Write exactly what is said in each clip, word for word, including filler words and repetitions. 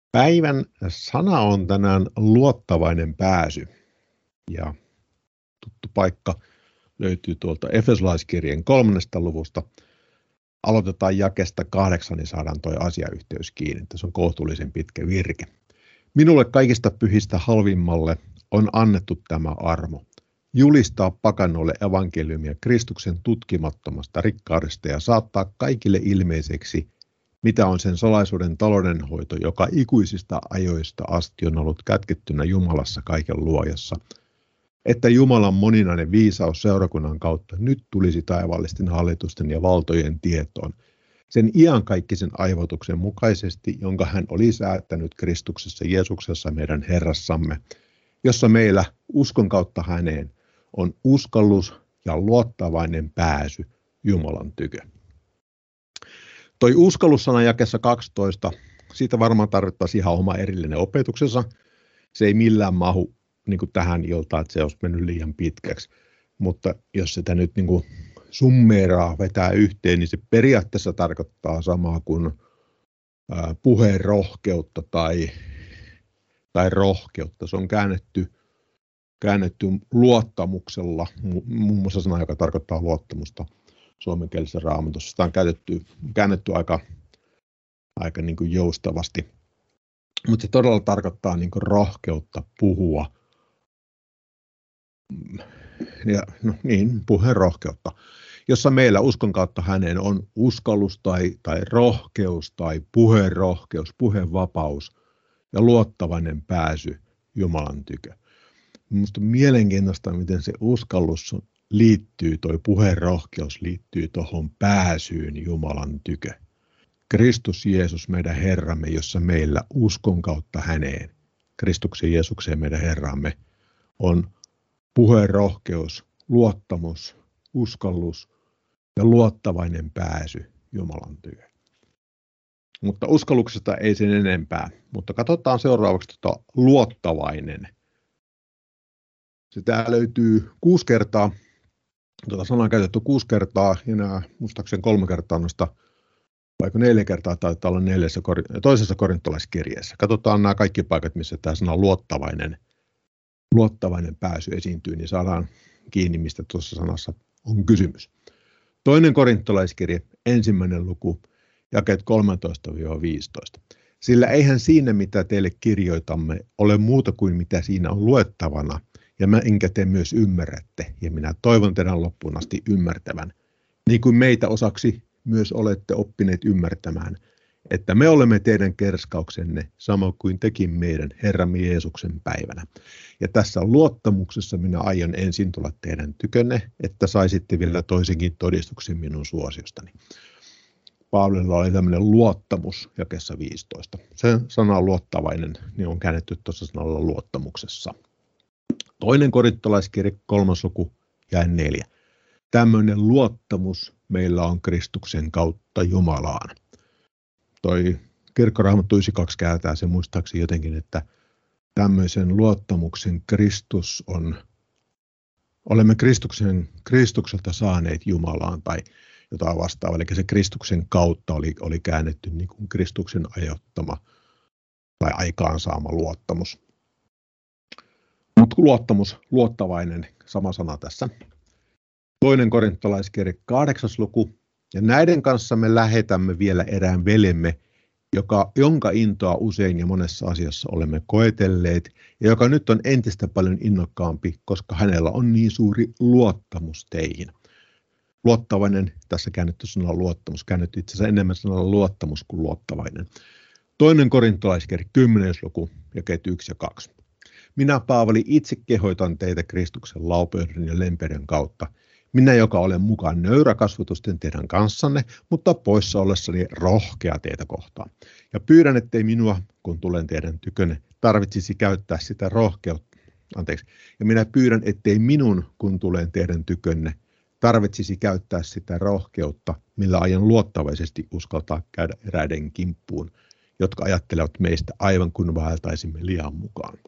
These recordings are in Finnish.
Päivän sana on tänään luottavainen pääsy. Ja tuttu paikka löytyy tuolta Efesolaiskirjeen kolmannesta luvusta. Aloitetaan jakesta kahdeksan, niin saadaan toi asiayhteys kiinni. Tässä on kohtuullisen pitkä virke. Minulle kaikista pyhistä halvimmalle on annettu tämä armo. Julistaa pakanoille evankeliumia Kristuksen tutkimattomasta rikkaudesta ja saattaa kaikille ilmeiseksi, mitä on sen salaisuuden taloudenhoito, joka ikuisista ajoista asti on ollut kätkettynä Jumalassa kaiken luojassa. Että Jumalan moninainen viisaus seurakunnan kautta nyt tulisi taivaallisten hallitusten ja valtojen tietoon, sen iankaikkisen aivotuksen mukaisesti, jonka hän oli säättänyt Kristuksessa Jeesuksessa meidän Herrassamme, jossa meillä uskon kautta häneen on uskallus ja luottavainen pääsy Jumalan tykö. Toi uskallussana jakessa kaksitoista, siitä varmaan tarvittaisiin ihan oma erillinen opetuksensa. Se ei millään mahu niin kuin tähän iltaan, että se olisi mennyt liian pitkäksi. Mutta jos sitä nyt niin kuin summeeraa, vetää yhteen, niin se periaatteessa tarkoittaa samaa kuin ää, puheen rohkeutta tai, tai rohkeutta. Se on käännetty, käännetty luottamuksella, muun muassa sana, joka tarkoittaa luottamusta. Suomenkielisessä raamatussa. Sitä on käytetty, käännetty aika, aika niin kuin joustavasti, mutta se todella tarkoittaa niin kuin rohkeutta puhua. Ja, no niin, puheen rohkeutta, jossa meillä uskon kautta häneen on uskallus tai, tai rohkeus tai puheen rohkeus, puheen vapaus ja luottavainen pääsy Jumalan tykö. Minusta on mielenkiintoista, miten se uskallus on liittyy, toi puheen rohkeus liittyy tuohon pääsyyn Jumalan tykö. Kristus Jeesus meidän Herramme, jossa meillä uskon kautta häneen, Kristuksen Jeesukseen meidän Herramme, on puheen rohkeus, luottamus, uskallus ja luottavainen pääsy Jumalan tykö. Mutta uskalluksesta ei sen enempää, mutta katsotaan seuraavaksi tuota luottavainen. Sitä löytyy kuusi kertaa. Tuota sanaa on käytetty kuusi kertaa ja nämä muistaakseni kolme kertaa noista, vaikka neljä kertaa taitaa olla neljässä, toisessa korintolaiskirjeessä. Katsotaan nämä kaikki paikat, missä tämä sana luottavainen, luottavainen pääsy esiintyy, niin saadaan kiinni, mistä tuossa sanassa on kysymys. Toinen korintolaiskirje, ensimmäinen luku, jakeet kolmetoista viisitoista. Sillä eihän siinä, mitä teille kirjoitamme, ole muuta kuin mitä siinä on luettavana, ja mä enkä te myös ymmärrätte, ja minä toivon teidän loppuun asti ymmärtävän, niin kuin meitä osaksi myös olette oppineet ymmärtämään, että me olemme teidän kerskauksenne, samoin kuin tekin meidän Herramme Jeesuksen päivänä. Ja tässä luottamuksessa minä aion ensin tulla teidän tykönne, että saisitte vielä toisenkin todistuksen minun suosiostani. Paavalilla oli tämmöinen luottamus jakeessa viisitoista. Se sana luottavainen niin on käännetty tuossa sanalla luottamuksessa. Toinen korintolaiskirje, kolmas luku, jae neljä. Tämmöinen luottamus meillä on Kristuksen kautta Jumalaan. Toi Kirkkoraamattu yhdeksänkymmentäkaksi kääntää se muistaakseni jotenkin, että tämmöisen luottamuksen Kristus on, olemme Kristuksen, Kristukselta saaneet Jumalaan tai jotain vastaavaa. Eli se Kristuksen kautta oli, oli käännetty niin kuin Kristuksen ajoittama tai aikaansaama luottamus. Mutta luottamus, luottavainen, sama sana tässä. Toinen korintolaiskirje, kahdeksas luku. Ja näiden kanssa me lähetämme vielä erään veljemme, joka, jonka intoa usein ja monessa asiassa olemme koetelleet, ja joka nyt on entistä paljon innokkaampi, koska hänellä on niin suuri luottamus teihin. Luottavainen, tässä käännetty sanalla luottamus, käännetty itse asiassa enemmän sanalla luottamus kuin luottavainen. Toinen korintolaiskirje, kymmenes luku, jakeet yksi ja kaksi. Minä, Paavali, itse kehoitan teitä Kristuksen laupeuden ja lempeyden kautta. Minä, joka olen mukaan nöyräkasvatusten teidän kanssanne, mutta poissa ollessani rohkea teitä kohtaan. Ja pyydän, ettei minua, kun tulen teidän tykönne, tarvitsisi käyttää sitä rohkeutta. Anteeksi. Ja minä pyydän, ettei minun, kun tulen teidän tykönne, tarvitsisi käyttää sitä rohkeutta, millä aion luottavaisesti uskaltaa käydä eräiden kimppuun, jotka ajattelevat meistä aivan kuin vaeltaisimme lihan mukaan.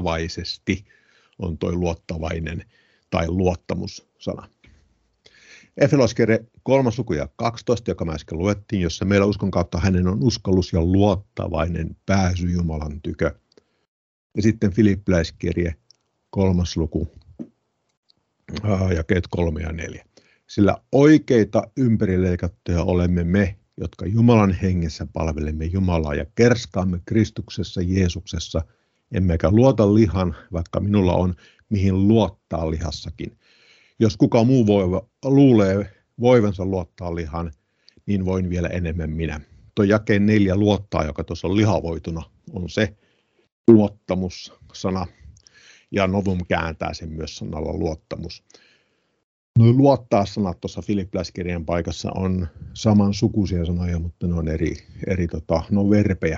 Luottavaisesti on toi luottavainen tai luottamussana. Efesolaiskirje kolmas luku ja kaksitoista, joka me äsken luettiin, jossa meillä uskon kautta hänen on uskallus ja luottavainen pääsy Jumalan tykö. Ja sitten Filippiläiskirje kolmas luku, jakeet kolme ja neljä. Sillä oikeita ympärileikattuja olemme me, jotka Jumalan hengessä palvelemme Jumalaa ja kerskaamme Kristuksessa Jeesuksessa, emmekä luota lihan, vaikka minulla on mihin luottaa lihassakin. Jos kuka muu voi, luulee voivansa luottaa lihan, niin voin vielä enemmän minä. Tuo jakeen neljä luottaa, joka tuossa on lihavoituna, on se luottamussana. Ja Novum kääntää sen myös sanalla luottamus. Nuo luottaa-sanat tuossa Filippiläiskirjan paikassa on samansukuisia sanoja, mutta ne on eri, eri tota, ne on verpejä.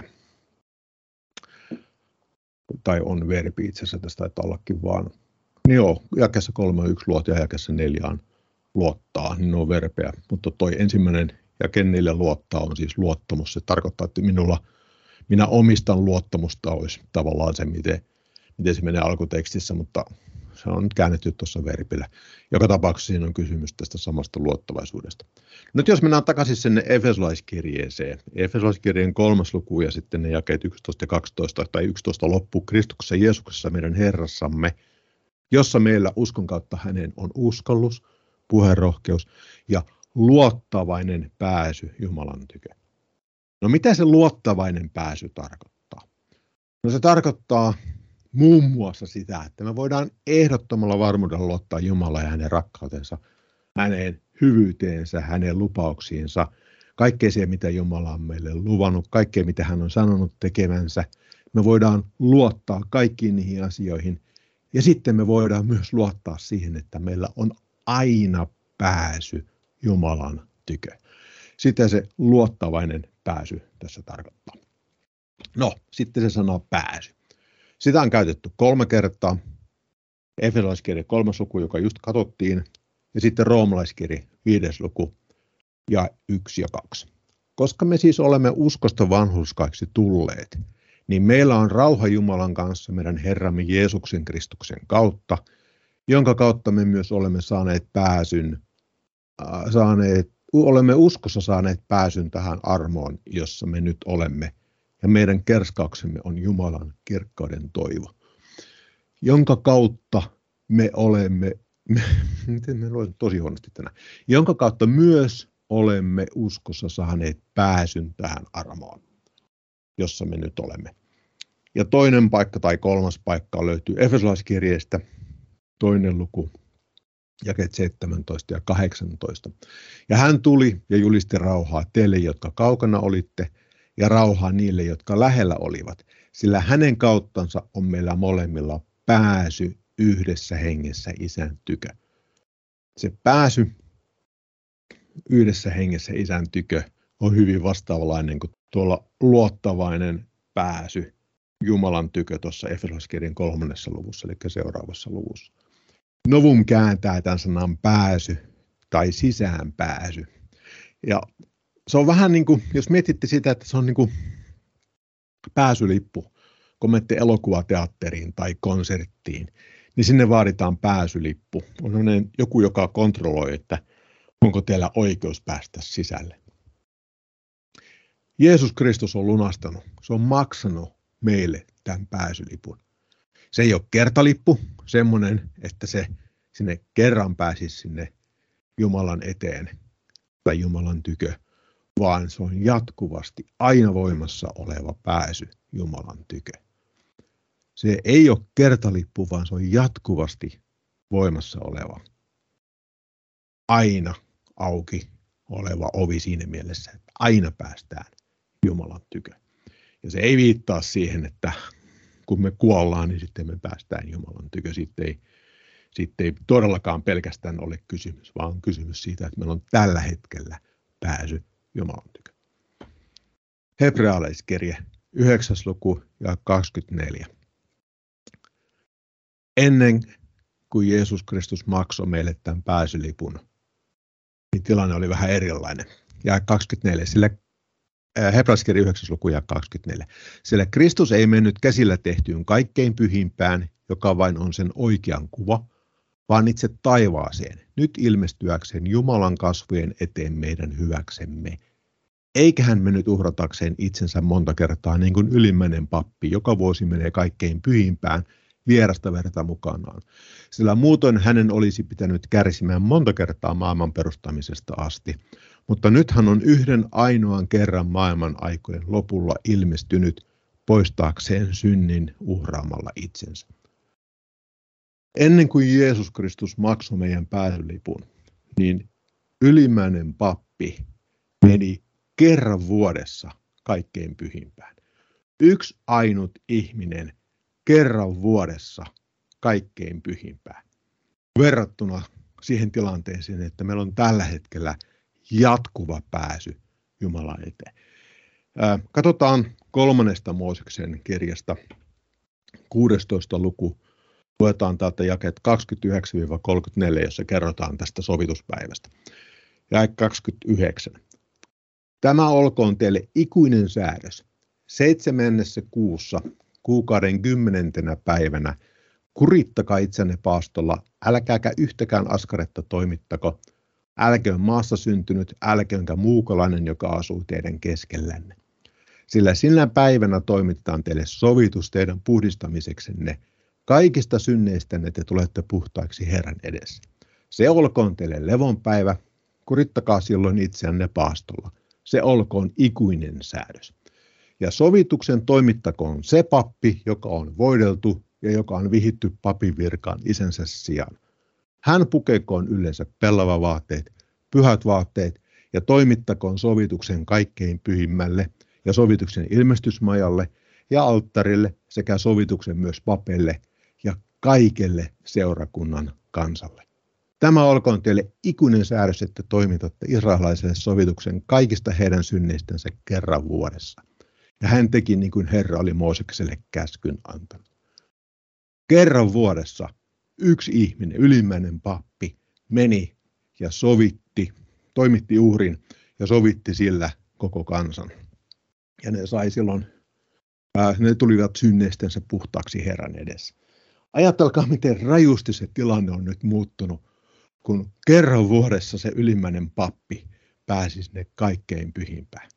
Tai on verbi itse asiassa, tästä taitaa ollakin vaan. Niin joo, jakeessa kolme on yksi luotia ja jakeessa neljä on luottaa, niin ne on verpejä. Mutta toi ensimmäinen jake neljä luottaa on siis luottamus. Se tarkoittaa, että minulla, minä omistan luottamusta, olisi tavallaan se, miten, miten se menee alkutekstissä, mutta se on nyt käännetty tuossa verbillä. Joka tapauksessa siinä on kysymys tästä samasta luottavaisuudesta. Nyt jos mennään takaisin sinne Efesolaiskirjeeseen. Efesolaiskirjeen kolmas luku ja sitten ne jakeet yksitoista ja kaksitoista tai yksitoista loppu Kristuksessa Jeesuksessa meidän Herrassamme, jossa meillä uskon kautta hänen on uskallus, puheenrohkeus ja luottavainen pääsy Jumalan tykö. No mitä se luottavainen pääsy tarkoittaa? No se tarkoittaa muun muassa sitä, että me voidaan ehdottomalla varmuudella luottaa Jumalaan ja hänen rakkautensa, hänen hyvyyteensä, hänen lupauksiinsa, kaikkea siihen, mitä Jumala on meille luvannut, kaikkea, mitä hän on sanonut tekevänsä. Me voidaan luottaa kaikkiin niihin asioihin. Ja sitten me voidaan myös luottaa siihen, että meillä on aina pääsy Jumalan tykö. Sitä se luottavainen pääsy tässä tarkoittaa. No, sitten se sana pääsy. Sitä on käytetty kolme kertaa. Efesolaiskirje kolmas luku, joka just katsottiin, ja sitten roomalaiskirje viides luku ja yksi ja kaksi. Koska me siis olemme uskosta vanhurskaiksi tulleet, niin meillä on rauha Jumalan kanssa meidän Herramme Jeesuksen Kristuksen kautta, jonka kautta me myös olemme saaneet pääsyn, äh, saaneet, olemme uskossa saaneet pääsyn tähän armoon, jossa me nyt olemme. Ja meidän kerskauksemme on Jumalan kirkkauden toivo, jonka kautta me olemme, me, miten me luemme tosi huonosti tänään, jonka kautta myös olemme uskossa saaneet pääsyn tähän armoon, jossa me nyt olemme. Ja toinen paikka tai kolmas paikka löytyy Efesolaiskirjeestä, toinen luku, jakeet seitsemäntoista ja kahdeksantoista. Ja hän tuli ja julisti rauhaa teille, jotka kaukana olitte, ja rauhaa niille, jotka lähellä olivat, sillä hänen kauttansa on meillä molemmilla pääsy yhdessä hengessä Isän tykö. Se pääsy yhdessä hengessä Isän tykö on hyvin vastaavanlainen kuin tuolla luottavainen pääsy Jumalan tykö tuossa Efesolaiskirjan kolmannessa luvussa, eli seuraavassa luvussa. Novum kääntää tämän sanan pääsy tai sisäänpääsy. Ja se on vähän niin kuin, jos mietitte sitä, että se on niin kuin pääsylippu, kun menette elokuvateatteriin tai konserttiin, niin sinne vaaditaan pääsylippu. On joku, joka kontrolloi, että onko teillä oikeus päästä sisälle. Jeesus Kristus on lunastanut, se on maksanut meille tämän pääsylipun. Se ei ole kertalippu, semmoinen, että se sinne kerran pääsisi sinne Jumalan eteen tai Jumalan tykö, vaan se on jatkuvasti aina voimassa oleva pääsy Jumalan tykö. Se ei ole kertalippu, vaan se on jatkuvasti voimassa oleva, aina auki oleva ovi siinä mielessä, että aina päästään Jumalan tykö. Ja se ei viittaa siihen, että kun me kuollaan, niin sitten me päästään Jumalan tykö. Sitten ei, sitten ei todellakaan pelkästään ole kysymys, vaan on kysymys siitä, että meillä on tällä hetkellä pääsy Jumalan tykö. Hebrealaiskirje, yhdeksäs luku ja kaksikymmentäneljä. Ennen kuin Jeesus Kristus maksoi meille tämän pääsylipun, niin tilanne oli vähän erilainen. Ja kaksikymmentäneljä, sillä Hebrealaiskirja yhdeksäs luku ja kaksikymmentäneljä. Sillä Kristus ei mennyt käsillä tehtyyn kaikkein pyhimpään, joka vain on sen oikean kuva, vaan itse taivaaseen, nyt ilmestyäkseen Jumalan kasvojen eteen meidän hyväksemme. Eikä hän mennyt uhratakseen itsensä monta kertaa niin kuin ylimmäinen pappi, joka vuosi menee kaikkein pyhimpään vierasta verta mukanaan. Sillä muutoin hänen olisi pitänyt kärsimään monta kertaa maailman perustamisesta asti. Mutta nyt hän on yhden ainoan kerran maailman aikojen lopulla ilmestynyt poistaakseen synnin uhraamalla itsensä. Ennen kuin Jeesus Kristus maksoi meidän pääsylipun, niin ylimmäinen pappi meni kerran vuodessa kaikkein pyhimpään. Yksi ainut ihminen kerran vuodessa kaikkein pyhimpään. Verrattuna siihen tilanteeseen, että meillä on tällä hetkellä jatkuva pääsy Jumalan eteen. Ää, katsotaan kolmannesta Mooseksen kirjasta, kuudestoista luku. Luetaan täältä jakeet kaksikymmentäyhdeksän kolmekymmentäneljä, jossa kerrotaan tästä sovituspäivästä. Jae kaksikymmentäyhdeksän. Tämä olkoon teille ikuinen säädös. Seitsemännessä kuussa, kuukauden kymmenentenä päivänä, kurittakaa itsenne paastolla, älkääkä yhtäkään askaretta toimittako, älköön maassa syntynyt, älköönkä muukalainen, joka asuu teidän keskellänne. Sillä sinä päivänä toimitetaan teille sovitus teidän puhdistamiseksenne. Kaikista synneistänne te tulette puhtaiksi Herran edessä. Se olkoon teille levonpäivä, kurittakaa silloin itseänne paastolla. Se olkoon ikuinen säädös. Ja sovituksen toimittakoon se pappi, joka on voideltu ja joka on vihitty papin virkaan isänsä sijaan. Hän pukekoon yleensä pellavavaatteet, pyhät vaatteet ja toimittakoon sovituksen kaikkein pyhimmälle ja sovituksen ilmestysmajalle ja alttarille sekä sovituksen myös papeille ja kaikelle seurakunnan kansalle. Tämä olkoon teille ikuinen säädös, että toimitatte israelaiselle sovituksen kaikista heidän synneistänsä kerran vuodessa. Ja hän teki niin kuin Herra oli Moosekselle käskyn antanut. Kerran vuodessa yksi ihminen, ylimmäinen pappi, meni ja sovitti, toimitti uhrin ja sovitti sillä koko kansan. Ja ne sai silloin, ää, ne tulivat synneistensä puhtaaksi Herran edessä. Ajatelkaa, miten rajusti se tilanne on nyt muuttunut, kun kerran vuodessa se ylimmäinen pappi pääsi sinne kaikkein pyhimpään.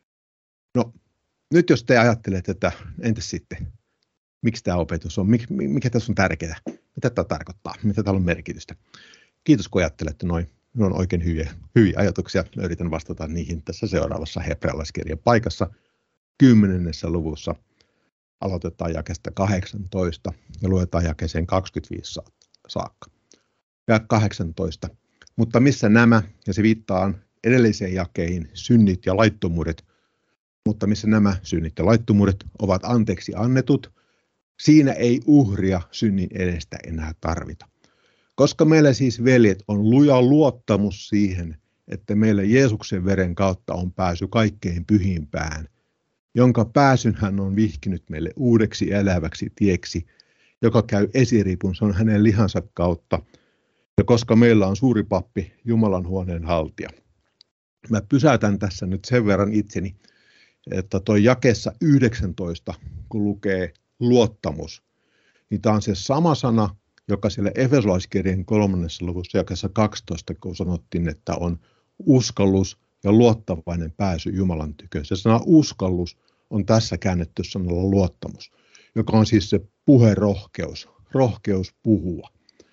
No, nyt jos te ajattelette, että entäs sitten, miksi tämä opetus on, mikä, mikä tässä on tärkeää, mitä tämä tarkoittaa, mitä täällä on merkitystä. Kiitos, kun ajattelette noin. Minulla on oikein hyviä, hyviä ajatuksia. Yritän vastata niihin tässä seuraavassa hebrealaiskirjan paikassa. Kymmenennessä luvussa aloitetaan jakeesta kahdeksantoista ja luetaan jakeeseen kaksikymmentäviisi saakka. Ja kahdeksantoista. Mutta missä nämä, ja se viittaa edelliseen jakeihin, synnit ja laittomuudet, mutta missä nämä synnit ja laittomuudet ovat anteeksi annetut, siinä ei uhria synnin edestä enää tarvita. Koska meillä siis, veljet, on luja luottamus siihen, että meillä Jeesuksen veren kautta on pääsy kaikkein pyhimpään, jonka pääsyn hän on vihkinyt meille uudeksi eläväksi tieksi, joka käy esiripun, se on hänen lihansa kautta, ja koska meillä on suuri pappi, Jumalan huoneen haltija. Mä pysäytän tässä nyt sen verran itseni, että tuo jakeessa yhdeksäntoista, kun lukee luottamus, niin tämä on se sama sana, joka siellä Efesolaiskirjan kolmannessa luvussa jakeessa kaksitoista, kun sanottiin, että on uskallus ja luottavainen pääsy Jumalan tykö. Se sana uskallus on tässä käännetty sanalla luottamus, joka on siis se puherohkeus, rohkeus puhua.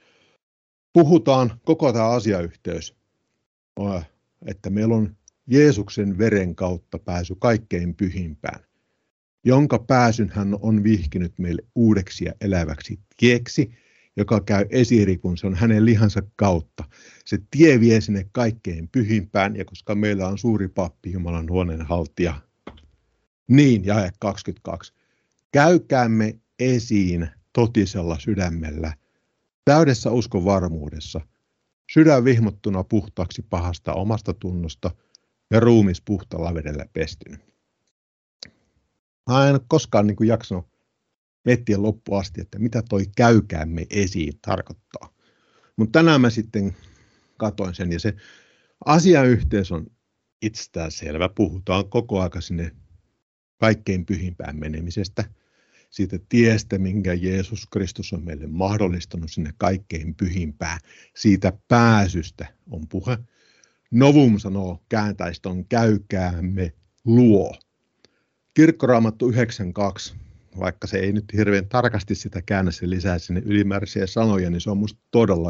Puhutaan koko tämä asiayhteys, että meillä on Jeesuksen veren kautta pääsy kaikkein pyhimpään, jonka pääsyn hän on vihkinyt meille uudeksi ja eläväksi tieksi, joka käy esiripun, se on hänen lihansa kautta. Se tie vie sinne kaikkein pyhimpään, ja koska meillä on suuri pappi, Jumalan huoneen haltija, niin, jae kaksikymmentäkaksi, käykäämme esiin totisella sydämellä, täydessä uskon varmuudessa, sydän vihmottuna puhtaaksi pahasta omasta tunnosta ja ruumis puhtaalla vedellä pestynyt. Mä en ole koskaan niin kuin jaksanut miettiä loppuun asti, että mitä toi käykäämme esiin tarkoittaa. Mutta tänään mä sitten katoin sen, ja se asiayhteys on itsestään selvä. Puhutaan koko ajan sinne kaikkein pyhimpään menemisestä. siitä tiestä, minkä Jeesus Kristus on meille mahdollistanut sinne kaikkein pyhimpään. Siitä pääsystä on puhe. Novum sanoo kääntäiston käykäämme luo. Kirkkoraamattu yhdeksän kaksi, vaikka se ei nyt hirveän tarkasti sitä käännä, se lisää sinne ylimääräisiä sanoja, niin se on musta todella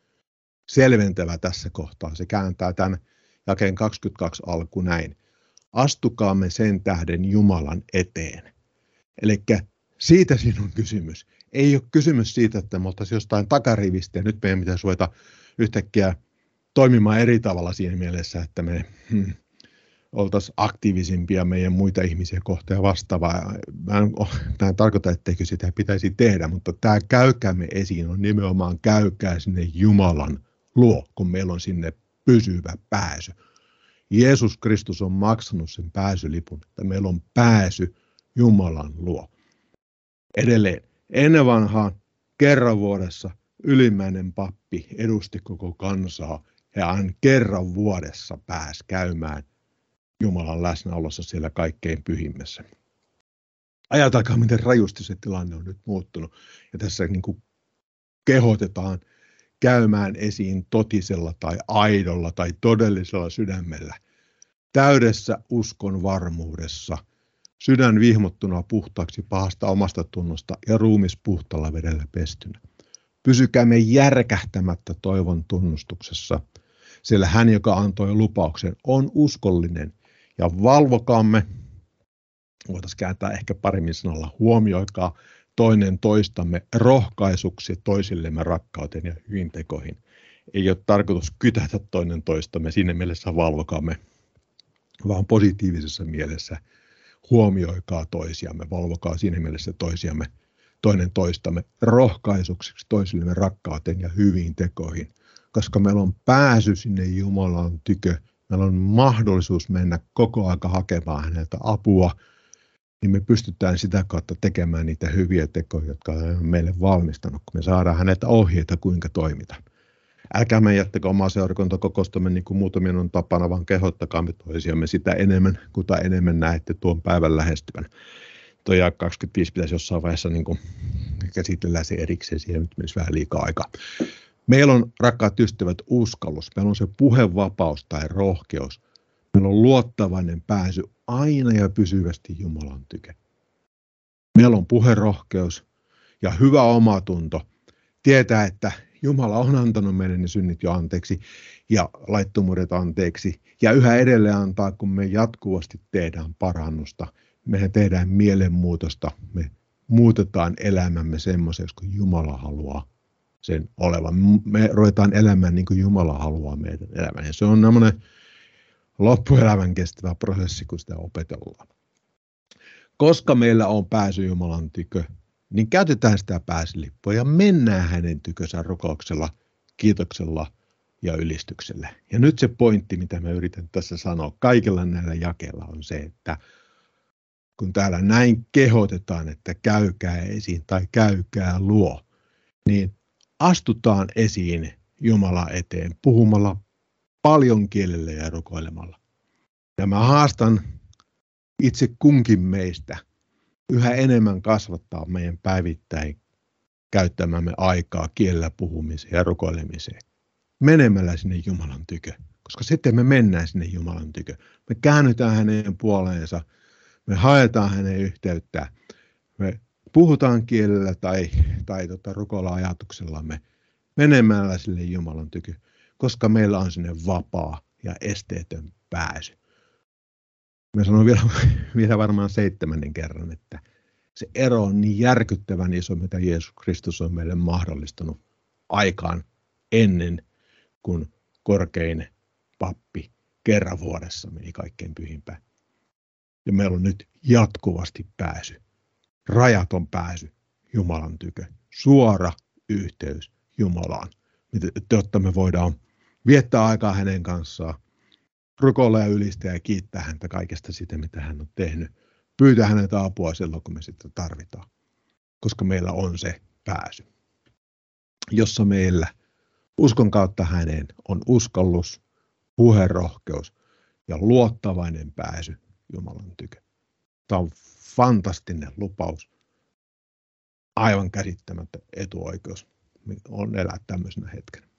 selventävä tässä kohtaa. Se kääntää tämän jakeen kaksikymmentäkaksi alku näin. Astukaamme sen tähden Jumalan eteen. Eli siitä siinä on kysymys. Ei ole kysymys siitä, että me oltaisiin jostain takarivistä ja nyt meidän pitäisi ruveta yhtäkkiä toimimaan eri tavalla siinä mielessä, että me hmm, oltaisiin aktiivisimpia meidän muita ihmisiä kohtaan ja vastaavaa. Mä en, mä en tarkoita, etteikö sitä pitäisi tehdä, mutta tämä käykäämme esiin on nimenomaan käykää sinne Jumalan luo, kun meillä on sinne pysyvä pääsy. Jeesus Kristus on maksanut sen pääsylipun, että meillä on pääsy Jumalan luo. Edelleen, ennen vanhaan kerran vuodessa ylimmäinen pappi edusti koko kansaa ja hän kerran vuodessa pääsi käymään Jumalan läsnäolossa siellä kaikkein pyhimmässä. Ajatelkaa, miten rajusti se tilanne on nyt muuttunut. Ja tässä niin kuin kehotetaan käymään esiin totisella tai aidolla tai todellisella sydämellä. Täydessä uskon varmuudessa, sydän vihmottuna puhtaaksi pahasta omasta tunnosta ja ruumis puhtalla vedellä pestynä. Pysykäämme järkähtämättä toivon tunnustuksessa, sillä hän, joka antoi lupauksen, on uskollinen. Ja valvokaamme, voitaisiin kääntää ehkä paremmin sanalla, huomioikaa toinen toistamme rohkaisuksi toisillemme rakkauteen ja hyvintekoihin. Ei ole tarkoitus kytätä toinen toistamme, siinä mielessä valvokaamme, vaan positiivisessa mielessä huomioikaa toisiamme, valvokaa siinä mielessä toisiamme, toinen toistamme rohkaisuksi toisillemme rakkauteen ja hyvintekoihin. Koska meillä on pääsy sinne Jumalan tykö, meillä on mahdollisuus mennä koko aika hakemaan häneltä apua, niin me pystytään sitä kautta tekemään niitä hyviä tekoja, jotka on meille valmistanut, kun me saadaan häneltä ohjeita, kuinka toimitaan. Älkää me jättäkö omaa seurakuntakokoustamme niin kuin muutamien on tapana, vaan kehottakaamme toisiamme sitä enemmän, kuta enemmän näette tuon päivän lähestyvän. Tuo jae kaksikymmentäviisi pitäisi jossain vaiheessa niin kuin käsitellään se erikseen, siihen nyt menisi vähän liikaa aikaa. Meillä on, rakkaat ystävät, uskallus. Meillä on se puhevapaus tai rohkeus. Meillä on luottavainen pääsy aina ja pysyvästi Jumalan tykö. Meillä on puherohkeus ja hyvä omatunto. Tietää, että Jumala on antanut meille ne synnit jo anteeksi ja laittomuudet anteeksi. Ja yhä edelleen antaa, kun me jatkuvasti tehdään parannusta. Me tehdään mielenmuutosta. Me muutetaan elämämme semmoiseksi, kun Jumala haluaa sen olevan. Me ruvetaan elämään niin kuin Jumala haluaa meidän elämän. Ja se on tämmöinen loppuelämän kestävä prosessi, kun sitä opetellaan. Koska meillä on pääsy Jumalan tykö, niin käytetään sitä pääsylippua ja mennään hänen tykönsä rukouksella, kiitoksella ja ylistyksellä. Ja nyt se pointti, mitä mä yritän tässä sanoa kaikilla näillä jakeilla on se, että kun täällä näin kehotetaan, että käykää esiin tai käykää luo, niin astutaan esiin Jumala eteen puhumalla paljon kielellä ja rukoilemalla. Ja mä haastan itse kunkin meistä yhä enemmän kasvattaa meidän päivittäin käyttämämme aikaa kielellä puhumiseen ja rukoilemiseen. Menemällä sinne Jumalan tykö. Koska sitten me mennään sinne Jumalan tykö. Me käännytään hänen puoleensa. Me haetaan hänen yhteyttään. Me puhutaan kielellä tai, tai tota, rukoilla ajatuksellamme menemällä sille Jumalan tykö, koska meillä on sinne vapaa ja esteetön pääsy. Mä sanon vielä, vielä varmaan seitsemännen kerran, että se ero on niin järkyttävän iso, mitä Jeesus Kristus on meille mahdollistanut aikaan ennen kuin korkein pappi kerran vuodessa meni kaikkein pyhimpään. Ja meillä on nyt jatkuvasti pääsy, rajaton pääsy Jumalan tykö, suora yhteys Jumalaan, jotta me voidaan viettää aikaa hänen kanssaan, rukoilla ja ylistää ja kiittää häntä kaikesta sitä, mitä hän on tehnyt. Pyytää häneltä apua silloin, kun me sitä tarvitaan, koska meillä on se pääsy, jossa meillä uskon kautta häneen on uskallus, puherohkeus ja luottavainen pääsy Jumalan tykö. Tämä on fantastinen lupaus. aivan käsittämättä etuoikeus on elää tämmöisenä hetkenä.